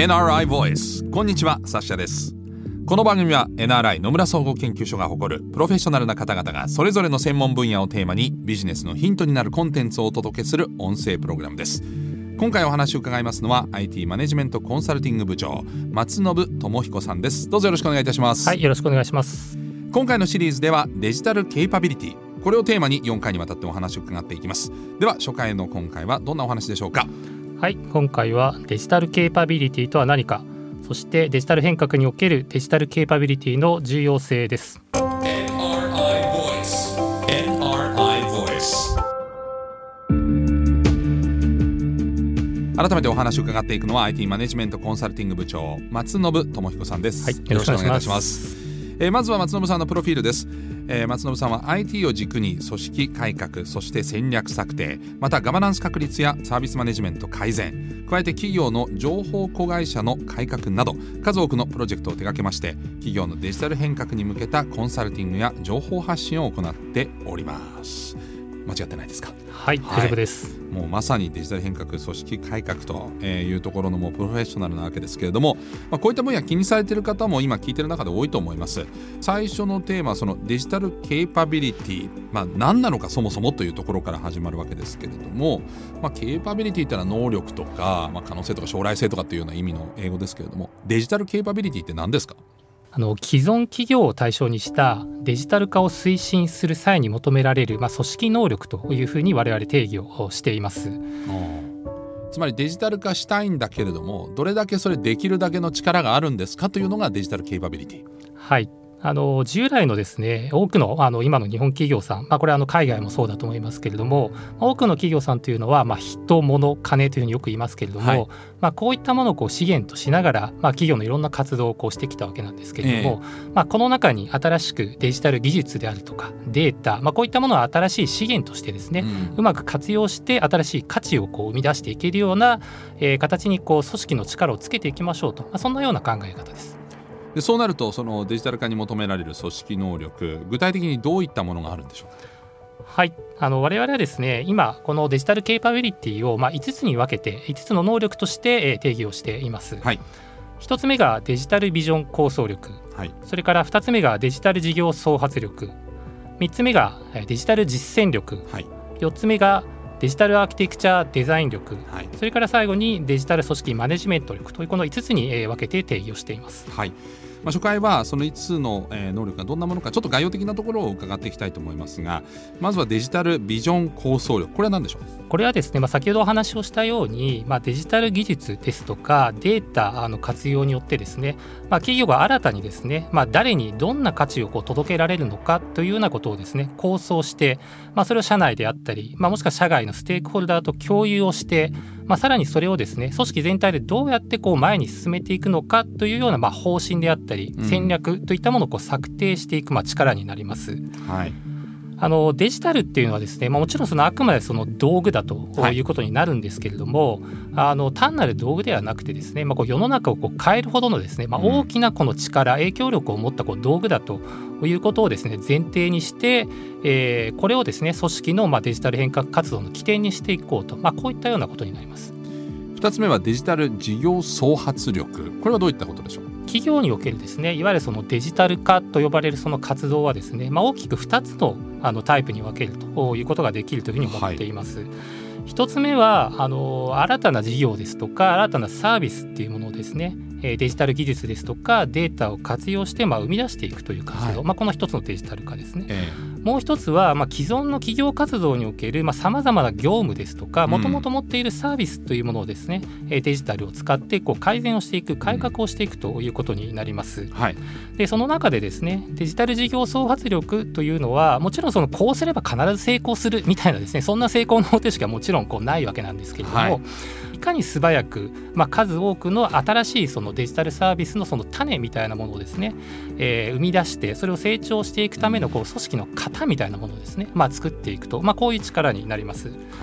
NRI Voice。こんにちは、サッシャです。この番組は NRI 野村総合研究所が誇るプロフェッショナルな方々がそれぞれの専門分野をテーマにビジネスのヒントになるコンテンツをお届けする音声プログラムです。今回お話を伺いますのは IT マネジメントコンサルティング部長松信智彦さんです。どうぞよろしくお願いいたします。 はい、よろしくお願いします。 今回のシリーズではデジタルケイパビリティ、これをテーマに4回にわたってお話を伺っていきます。では初回の今回はどんなお話でしょうか。 はい、今回はデジタルケイパビリティとは何か、そしてデジタル変革におけるデジタルケイパビリティの重要性です。 NRI Voice。NRI Voice。改めてお話を伺っていくのは IT マネジメントコンサルティング部長松信智彦さんです。 はい、よろしくお願いいたします。 まずは松信さんのプロフィールです。松信さんは IT を軸に組織改革、そして戦略策定、またガバナンス確立やサービスマネジメント改善、加えて企業の情報子会社の改革など数多くのプロジェクトを手掛けまして、企業のデジタル変革に向けたコンサルティングや情報発信を行っております。間違ってないですか？ はい、大丈夫です。 もうまさにデジタル変革、組織改革というところのもうプロフェッショナルなわけですけれども、こういった分野気にされている方も今聞いている中で多いと思います。最初のテーマはそのデジタルケイパビリティ、何なのかそもそもというところから始まるわけですけれども、ケイパビリティというのは能力とか、可能性とか将来性とかというような意味の英語ですけれども、デジタルケイパビリティって何ですか？ 既存企業を対象にしたデジタル化を推進する際に求められる、組織能力というふうに我々定義をしています。 つまりデジタル化したいんだけれども、どれだけそれできるだけの力があるんですかというのがデジタルケイパビリティ。 はい、従来のですね、多くの今の日本企業さん、これは海外もそうだと思いますけれども、多くの企業さんというのは、人物金というふうによく言いますけれども、こういったものを資源としながら、企業のいろんな活動をしてきたわけなんですけれども、この中に新しくデジタル技術であるとかデータ、こういったものは新しい資源としてですね、うまく活用して新しい価値を生み出していけるような、形に組織の力をつけていきましょうと、そんなような考え方です。 でそうなるとそのデジタル化に求められる組織能力、具体的にどういったものがあるんでしょうか？ はい、我々はですね、今このデジタルケイパビリティを5つに分けて5つの能力として定義をしています。 はい、 1つ目がデジタルビジョン構想力、それから2つ目がデジタル事業創発力、3つ目がデジタル実践力、4つ目がデジタルアーキテクチャデザイン力、それから最後にデジタル組織マネジメント力というこの5つに分けて定義をしています。 はい、初回はその5つの能力がどんなものかちょっと概要的なところを伺っていきたいと思いますが、まずはデジタルビジョン構想力、これは何でしょう？ これはですね、先ほどお話をしたように、デジタル技術ですとかデータの活用によってですね、企業が新たにですね、誰にどんな価値を届けられるのかというようなことをですね構想して、それを社内であったり、もしくは社外のステークホルダーと共有をして、さらにそれをですね組織全体でどうやって前に進めていくのかというような方針であったり戦略といったものを策定していく力になります。 はい、 デジタルっていうのはですね、もちろんあくまでその道具だということになるんですけれども、単なる道具ではなくてですね、世の中を変えるほどのですね、大きなこの力、影響力を持った道具だということをですね前提にして、これをですね組織のデジタル変革活動の起点にしていこうと、こういったようなことになります。 2つ目はデジタル事業創発力、これはどういったことでしょう？ 企業におけるですね、いわゆるそのデジタル化と呼ばれるその活動はですね、大きく2つのタイプに分けるということができるというふうに思っています。1つ目は新たな事業ですとか新たなサービスっていうものをですね、デジタル技術ですとかデータを活用して生み出していくという活動、この一つのデジタル化ですね。もう一つは、既存の企業活動におけるさまざまな業務ですとかもともと持っているサービスというものをですね、デジタルを使って改善をしていく、改革をしていくということになります。でその中でですね、デジタル事業創発力というのはもちろんこうすれば必ず成功するみたいなですね、そんな成功の方程式はもちろんないわけなんですけれども、いかに素早く、数多くの新しいそのデジタルサービスのその種みたいなものをですね、生み出してそれを成長していくための組織の型みたいなものをですね、作っていくと、こういう力になります。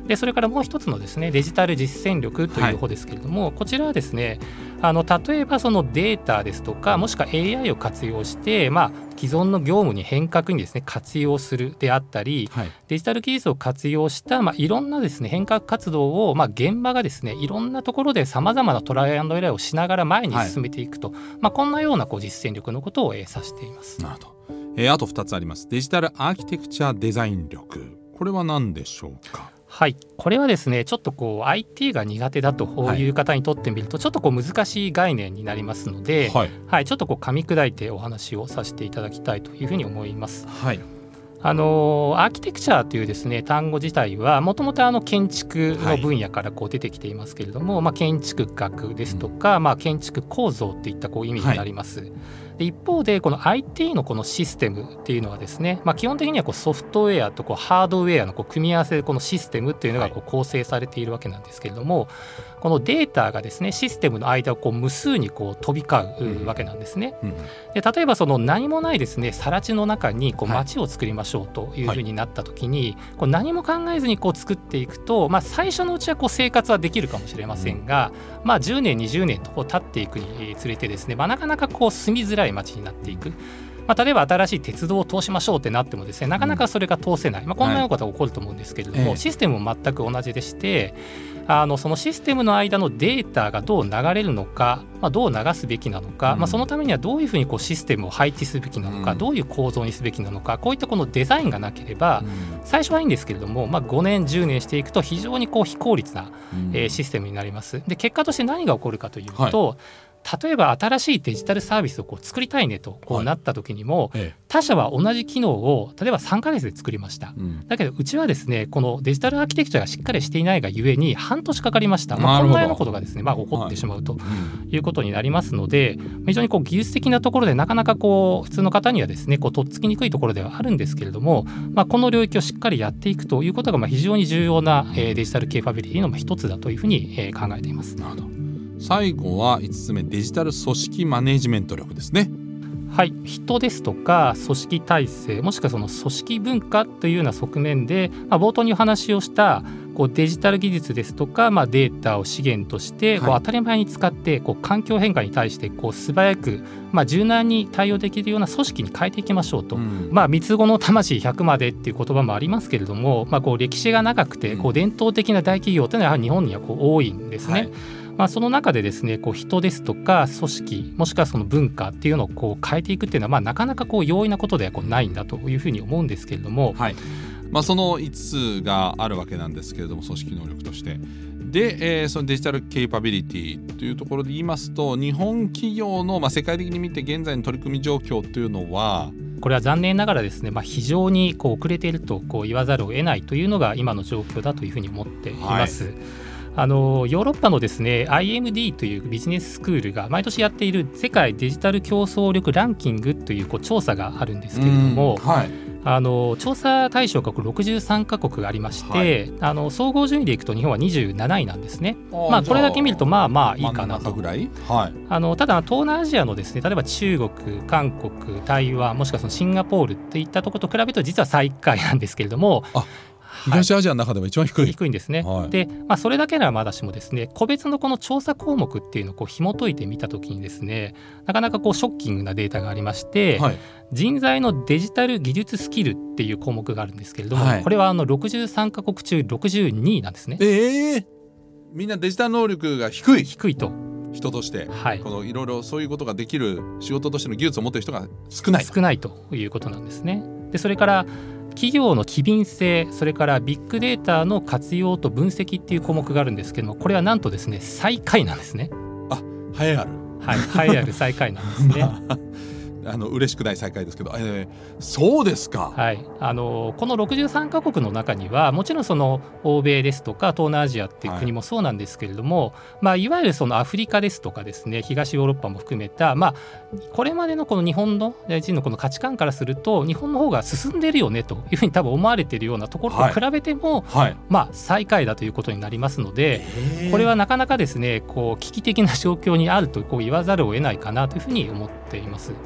でそれからもう一つのですねデジタル実践力という方ですけれども、こちらはですね例えばそのデータですとかもしくは AI を活用して、既存の業務に変革にですね活用するであったり、デジタル技術を活用した、いろんなですね変革活動を、現場がですねいろんなところでさまざまなトライアンドエラーをしながら前に進めていくと、こんなような実践力のことを指しています。 なるほど。あと2つあります。デジタルアーキテクチャデザイン力、これは何でしょうか。 はい、これはですねちょっとIT が苦手だという方にとってみるとちょっと難しい概念になりますので、ちょっと噛み砕いてお話をさせていただきたいというふうに思います。アーキテクチャというですね単語自体はもともと建築の分野から出てきていますけれども、建築学ですとか、建築構造といった意味になります。で一方でこの IT のこのシステムっていうのはですね、基本的にはソフトウェアとハードウェアの組み合わせでこのシステムっていうのが構成されているわけなんですけれども、このデータがですねシステムの間を無数に飛び交うわけなんですね。で例えば何もないですね更地の中に街を作りましょうというふうになった時に、何も考えずに作っていくと、最初のうちは生活はできるかもしれませんが、10年20年と経っていくにつれてですね、なかなか住みづらい街になっていく。例えば新しい鉄道を通しましょうってなってもですねなかなかそれが通せない、こんなようなことが起こると思うんですけれども、システムも全く同じでして、そのシステムの間のデータがどう流れるのか、どう流すべきなのか、そのためにはどういうふうにシステムを配置すべきなのか、どういう構造にすべきなのか、こういったデザインがなければ、最初はいいんですけれども、5年10年していくと非常に非効率な、システムになります。で結果として何が起こるかというと、例えば新しいデジタルサービスを作りたいねとなった時にも、他社は同じ機能を例えば3ヶ月で作りました、だけどうちはですねこのデジタルアーキテクチャがしっかりしていないがゆえに半年かかりました。こんなようなことがですね、起こってしまうということになりますので、非常に技術的なところでなかなか普通の方にはですねとっつきにくいところではあるんですけれども、この領域をしっかりやっていくということが非常に重要なデジタルケーパビリティの一つだというふうに考えています。 なるほど。最後は5つ目、デジタル組織マネジメント力ですね。 はい、人ですとか組織体制、もしくはその組織文化というような側面で、冒頭にお話をしたデジタル技術ですとか、データを資源として当たり前に使って環境変化に対して素早く、柔軟に対応できるような組織に変えていきましょうと、三つ子の魂100までっていう言葉もありますけれども、歴史が長くて伝統的な大企業というのはやはり日本には多いんですね。その中でですね人ですとか組織もしくはその文化っていうのを変えていくっていうのはなかなか容易なことではないんだというふうに思うんですけれども、 その5つがあるわけなんですけれども、組織能力としてで、そのデジタルケイパビリティというところで言いますと、日本企業の、世界的に見て現在の取り組み状況というのはこれは残念ながらですね、非常に遅れていると言わざるを得ないというのが今の状況だというふうに思っています。ヨーロッパのですね IMD というビジネススクールが毎年やっている世界デジタル競争力ランキングという調査があるんですけれども、調査対象国63カ国ありまして、総合順位でいくと日本は27位なんですね。これだけ見るといいかなと。ただ東南アジアのですね例えば中国、韓国、台湾もしくはそのシンガポールといったところと比べると実は最下位なんですけれども、 東アジアの中でも一番低いんですね。で、それだけならまだしもですね個別のこの調査項目っていうのを紐解いてみたときにですねなかなかショッキングなデータがありまして、人材のデジタル技術スキルっていう項目があるんですけれども、これは63カ国中62位なんですね。 みんなデジタル能力が低いと人として、いろいろそういうことができる仕事としての技術を持っている人が少ないということなんですね。でそれから企業の機敏性、それからビッグデータの活用と分析っていう項目があるんですけども、これはなんとですね最下位なんですね。 栄えある最下位なんですね。 嬉しくない再開ですけど、そうですか。 この63カ国の中にはもちろんその欧米ですとか東南アジアっていう国もそうなんですけれども、いわゆるそのアフリカですとかですね東ヨーロッパも含めた、これまでのこの日本の人のこの価値観からすると日本の方が進んでいるよねというふうに多分思われているようなところと比べても、最下位だということになりますので、これはなかなかですね危機的な状況にあると言わざるを得ないかなというふうに思っています。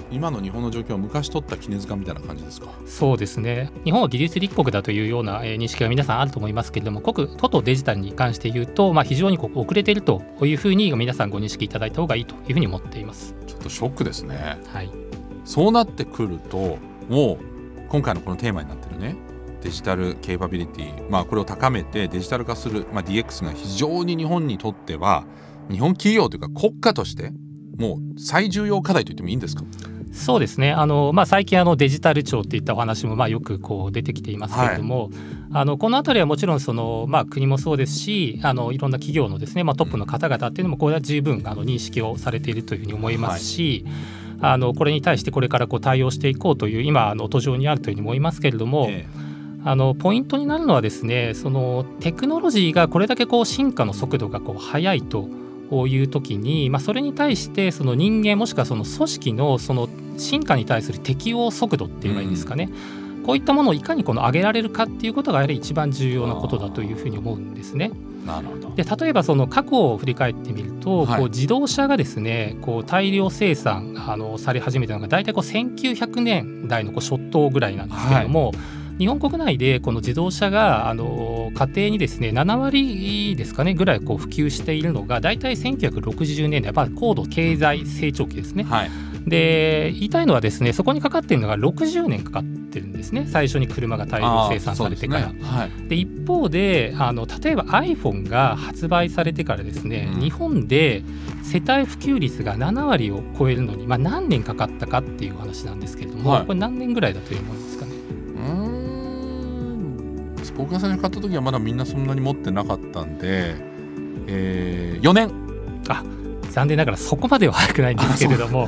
今の日本の状況は昔取った絹塚みたいな感じですか？ そうですね。日本は技術立国だというような認識が皆さんあると思いますけれども、都とデジタルに関して言うと、非常に遅れているというふうに皆さんご認識いただいた方がいいというふうに思っています。 ちょっとショックですね。 はい、 そうなってくると、もう今回のこのテーマになってるね、デジタルケーパビリティ、これを高めてデジタル化する、DX が非常に日本にとっては、日本企業というか国家としてもう最重要課題と言ってもいいんですか？ そうですね。最近デジタル庁っていったお話もよく出てきていますけれども、このあたりはもちろん国もそうですし、いろんな企業のですね、トップの方々っていうのもこれは十分認識をされているというふうに思いますし、これに対してこれから対応していこうという今途上にあるというふうに思いますけれども、ポイントになるのはですね、テクノロジーがこれだけ進化の速度が速いという時に、それに対して人間もしくは組織の進化に対する適応速度っていうのがいいんですかね、こういったものをいかに上げられるかっていうことがやはり一番重要なことだというふうに思うんですね。 なるほど。 で、例えば過去を振り返ってみると、自動車がですね大量生産され始めたのが大体1900年代の初頭ぐらいなんですけれども、日本国内でこの自動車が家庭にですね7割ですかねぐらい普及しているのが大体1960年代、高度経済成長期ですね。で、言いたいのはですね、そこにかかっているのが60年かかってるんですね。最初に車が大量生産されてから。で、一方で例えば iPhone が発売されてからですね、日本で世帯普及率が7割を超えるのに、何年かかったかっていう話なんですけれども、これ何年ぐらいだというものですかね。 僕が最初買った時はまだみんなそんなに持ってなかったんで、4年。 残念ながらそこまでは早くないんですけれども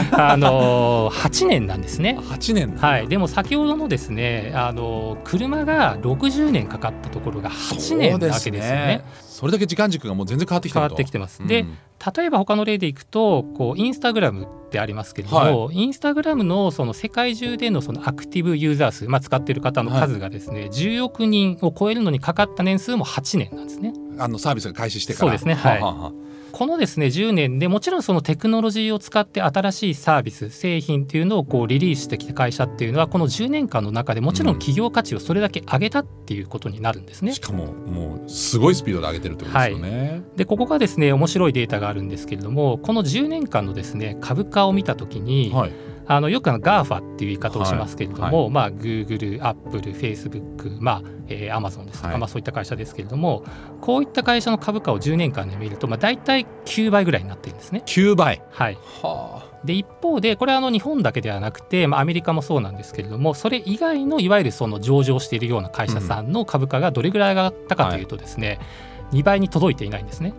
8年なんですね。 8年、 でも先ほどのですね車が60年かかったところが8年なわけですよね。 それだけ時間軸がもう全然変わってきてると。 変わってきてます。で、例えば他の例でいくとインスタグラムってありますけれども、インスタグラムの世界中でのアクティブユーザー数、使っている方の数がですね、10億人を超えるのにかかった年数も8年なんですね。 サービスが開始してから。 そうですね。このですね10年でもちろんテクノロジーを使って新しいサービス製品っていうのをリリースしてきた会社っていうのはこの10年間の中でもちろん企業価値をそれだけ上げたっていうことになるんですね。 しかももうすごいスピードで上げてるってことですよね。 で、ここがですね面白いデータがあるんですけれども、この10年間のですね株価を見たときに、よくGAFA っていう言い方をしますけれども、Google、Apple、Facebook、Amazon ですとか、そういった会社ですけれども、こういった会社の株価を10年間で見ると、大体9倍ぐらいになっているんですね。 9倍。 で、一方でこれは日本だけではなくて、アメリカもそうなんですけれども、それ以外のいわゆる上場しているような会社さんの株価がどれぐらい上がったかというとですね、2倍に届いていないんですね。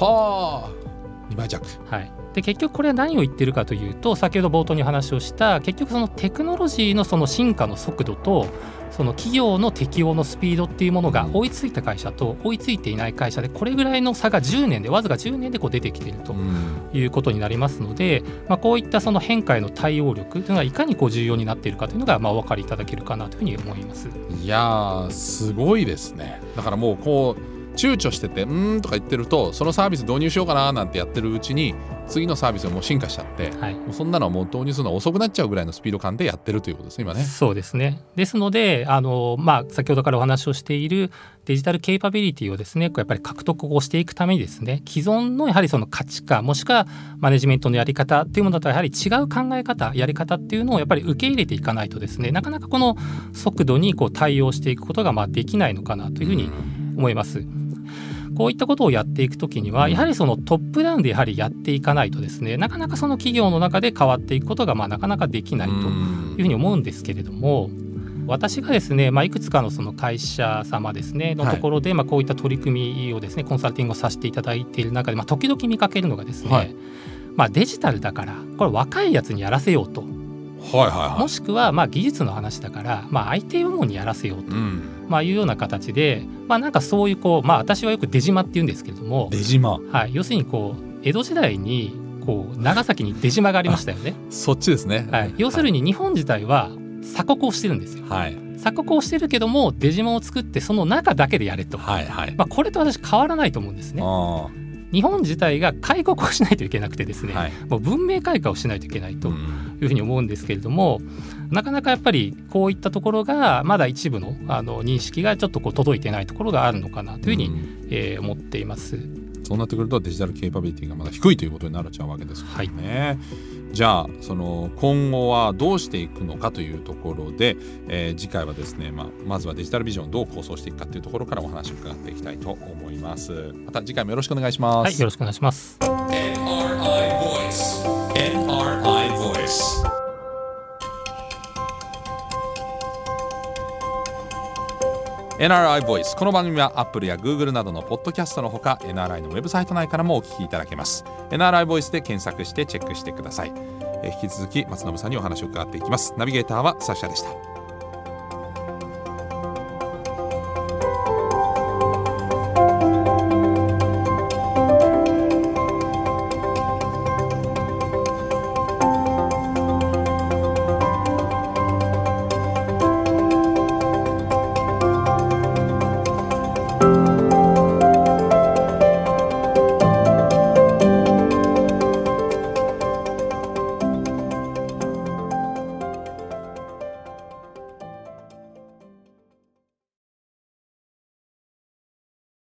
2倍弱。 で、結局これは何を言ってるかというと、先ほど冒頭に話をした結局テクノロジーの進化の速度と企業の適応のスピードっていうものが追いついた会社と追いついていない会社でこれぐらいの差が10年でわずか10年で出てきているということになりますので、こういった変化への対応力というのがいかに重要になっているかというのがお分かりいただけるかなというふうに思います。 いやー、すごいですね。だからもう躊躇しててとか言ってると、そのサービス導入しようかななんてやってるうちに次のサービスがもう進化しちゃって、もうそんなのはもう導入するのは遅くなっちゃうぐらいのスピード感でやってるということですね、今ね。 そうですね。ですので先ほどからお話をしているデジタルケイパビリティをですねやっぱり獲得をしていくためにですね、既存のやはり価値観もしくはマネジメントのやり方っていうものとはやはり違う考え方やり方っていうのをやっぱり受け入れていかないとですね、なかなかこの速度に対応していくことができないのかなというふうに思います。こういったことをやっていくときにはやはりトップダウンでやはりやっていかないとですね、なかなか企業の中で変わっていくことがなかなかできないというふうに思うんですけれども、私がですね、いくつかの会社様ですねのところで、こういった取り組みをですねコンサルティングをさせていただいている中で、時々見かけるのがですね、デジタルだからこれ若いやつにやらせようと、もしくは技術の話だから、IT 部門にやらせようと、いうような形で、なんかそういう私はよく出島って言うんですけれども、 出島、 要するに江戸時代に長崎に出島がありましたよね。 そっちですね。 要するに日本自体は鎖国をしてるんですよ。鎖国をしてるけども出島を作ってその中だけでやれと、これと私変わらないと思うんですね。 日本自体が開国をしないといけなくてですね、もう文明開化をしないといけないというふうに思うんですけれども、なかなかやっぱりこういったところがまだ一部の、認識がちょっと届いてないところがあるのかなというふうに、思っています。 そうなってくるとデジタルケイパビリティがまだ低いということになっちゃうわけですよね。じゃあ今後はどうしていくのかというところで、次回はですね、まずはデジタルビジョンをどう構想していくかというところからお話を伺っていきたいと思います。また次回もよろしくお願いします。 はい、よろしくお願いします。 NRI Voice。NRI Voice。NRI Voice。この番組は Apple や Google などのポッドキャストのほか NRI のウェブサイト内からもお聞きいただけます。NRI Voice で検索してチェックしてください。引き続き松信さんにお話を伺っていきます。ナビゲーターはサッシャでした。